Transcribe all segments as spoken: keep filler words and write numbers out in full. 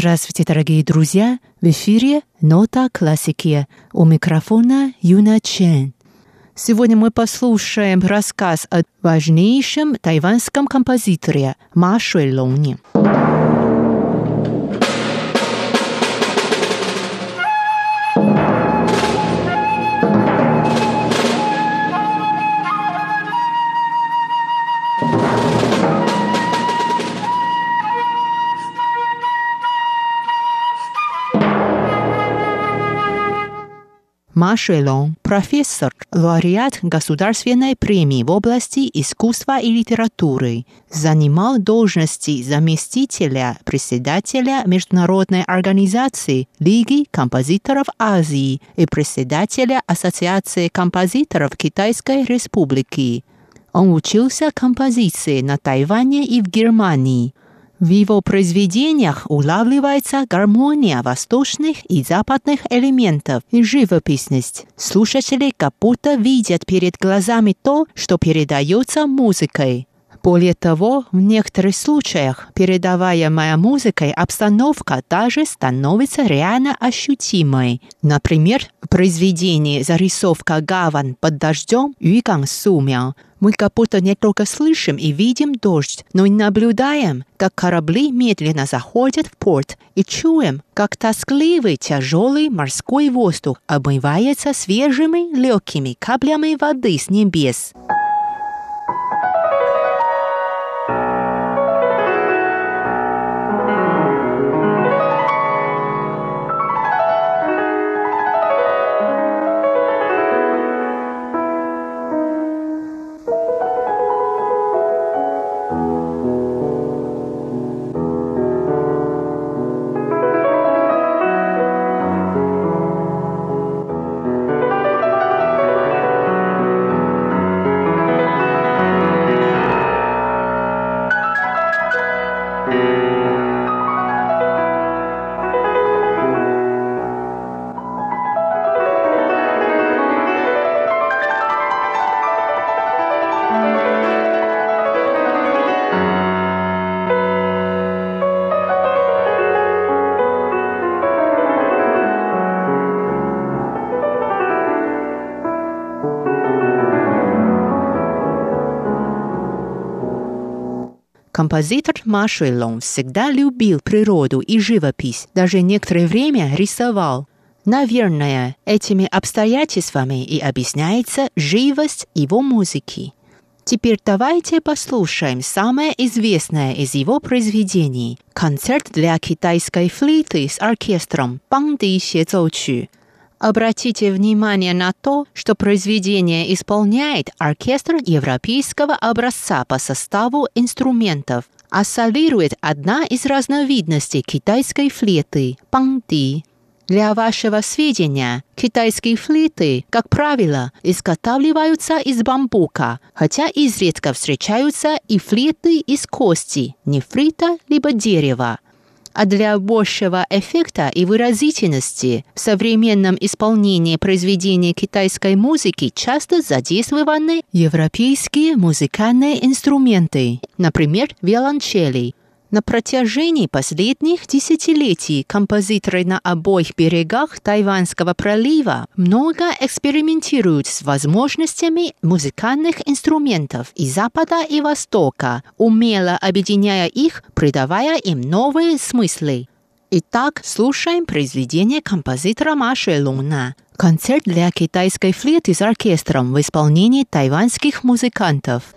Здравствуйте, дорогие друзья! В эфире «Нота классики». У микрофона Юна Чен. Сегодня мы послушаем рассказ о важнейшем тайванском композиторе Ма Шуэлоне. Ма Шуэлон – профессор, лауреат Государственной премии в области искусства и литературы. Занимал должности заместителя председателя Международной организации Лиги композиторов Азии и председателя Ассоциации композиторов Китайской Республики. Он учился композиции на Тайване и в Германии. В его произведениях улавливается гармония восточных и западных элементов и живописность. Слушатели как будто видят перед глазами то, что передается музыкой. Более того, в некоторых случаях передаваемая музыкой обстановка даже становится реально ощутимой. Например, в произведении «Зарисовка гавань под дождем» Юйган Сумяо мы как будто не только слышим и видим дождь, но и наблюдаем, как корабли медленно заходят в порт, и чуем, как тоскливый тяжелый морской воздух обмывается свежими легкими каплями воды с небес. Композитор Ма Шуэлон всегда любил природу и живопись, даже некоторое время рисовал. Наверное, этими обстоятельствами и объясняется живость его музыки. Теперь давайте послушаем самое известное из его произведений – концерт для китайской флейты с оркестром «Банди Сюэцзоучу». Обратите внимание на то, что произведение исполняет оркестр европейского образца по составу инструментов, а солирует одна из разновидностей китайской флейты – банди. Для вашего сведения, китайские флейты, как правило, изготавливаются из бамбука, хотя изредка встречаются и флейты из кости, нефрита либо дерева. А для большего эффекта и выразительности в современном исполнении произведений китайской музыки часто задействованы европейские музыкальные инструменты, например, виолончели. На протяжении последних десятилетий композиторы на обоих берегах Тайванского пролива много экспериментируют с возможностями музыкальных инструментов и Запада, и Востока, умело объединяя их, придавая им новые смыслы. Итак, слушаем произведение композитора Ма Шуэлона. Концерт для китайской флейты с оркестром в исполнении тайванских музыкантов.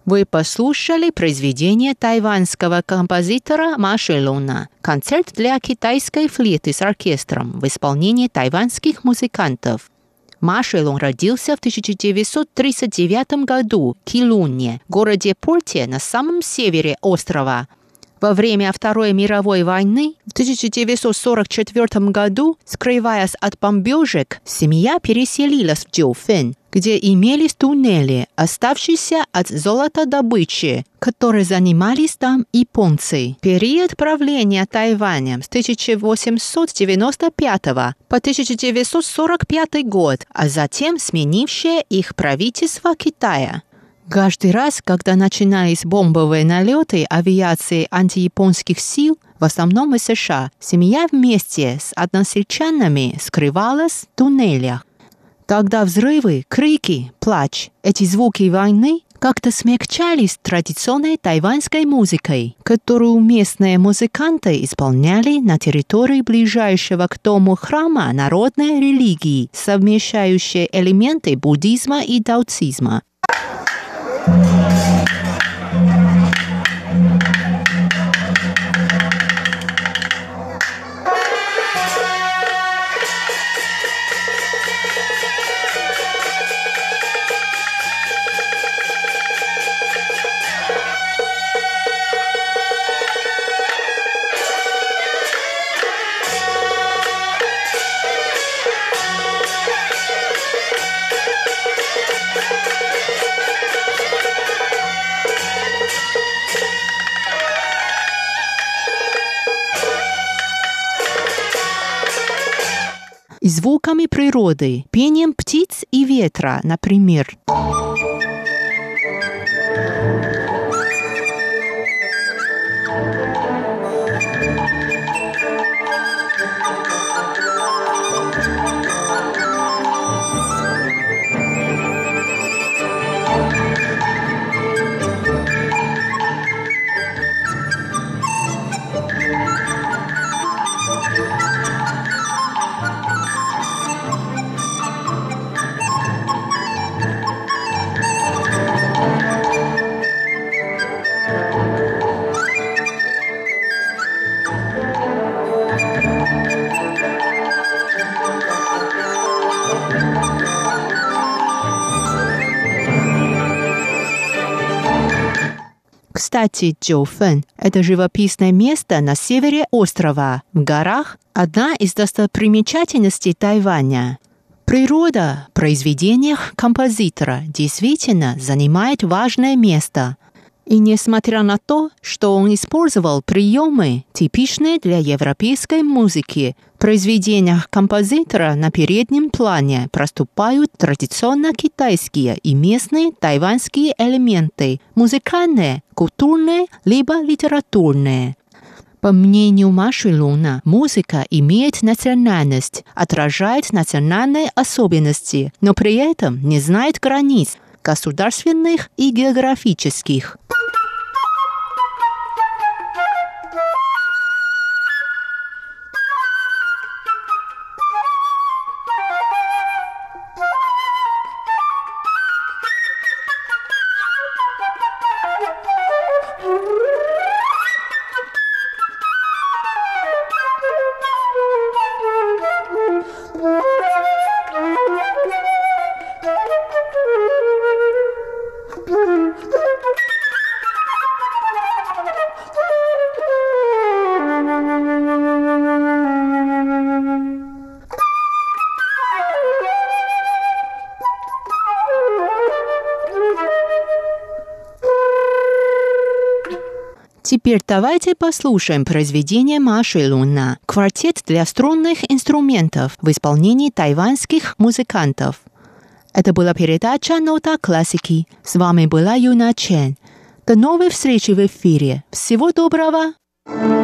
Вы послушали произведение тайваньского композитора Ма Шилуна «Концерт для китайской флейты с оркестром» в исполнении тайваньских музыкантов. Ма Шилун родился в тысяча девятьсот тридцать девятом году в Килуне, городе Порте на самом севере острова. Во время Второй мировой войны в тысяча девятьсот сорок четвёртом году, скрываясь от бомбежек, семья переселилась в Джоуфэн, где имелись туннели, оставшиеся от золотодобычи, которые занимались там японцы. Период правления Тайванем с тысяча восемьсот девяносто пятого по тысяча девятьсот сорок пятый год, а затем сменившее их правительство Китая. Каждый раз, когда начинались бомбовые налеты авиации антияпонских сил, в основном из США, семья вместе с односельчанами скрывалась в туннелях. Тогда взрывы, крики, плач, эти звуки войны как-то смягчались традиционной тайваньской музыкой, которую местные музыканты исполняли на территории ближайшего к дому храма народной религии, совмещающей элементы буддизма и даоцизма. И звуками природы, пением птиц и ветра, например. Кстати, Джоуфэн – это живописное место на севере острова, в горах, одна из достопримечательностей Тайваня. Природа в произведениях композитора действительно занимает важное место. И несмотря на то, что он использовал приемы, типичные для европейской музыки, в произведениях композитора на переднем плане проступают традиционно китайские и местные тайваньские элементы – музыкальные, культурные, либо литературные. По мнению Ма Шилуна, музыка имеет национальность, отражает национальные особенности, но при этом не знает границ – государственных и географических. Теперь давайте послушаем произведение Ма Шилуна «Квартет для струнных инструментов» в исполнении тайваньских музыкантов. Это была передача «Нота классики». С вами была Юна Чен. До новой встречи в эфире. Всего доброго!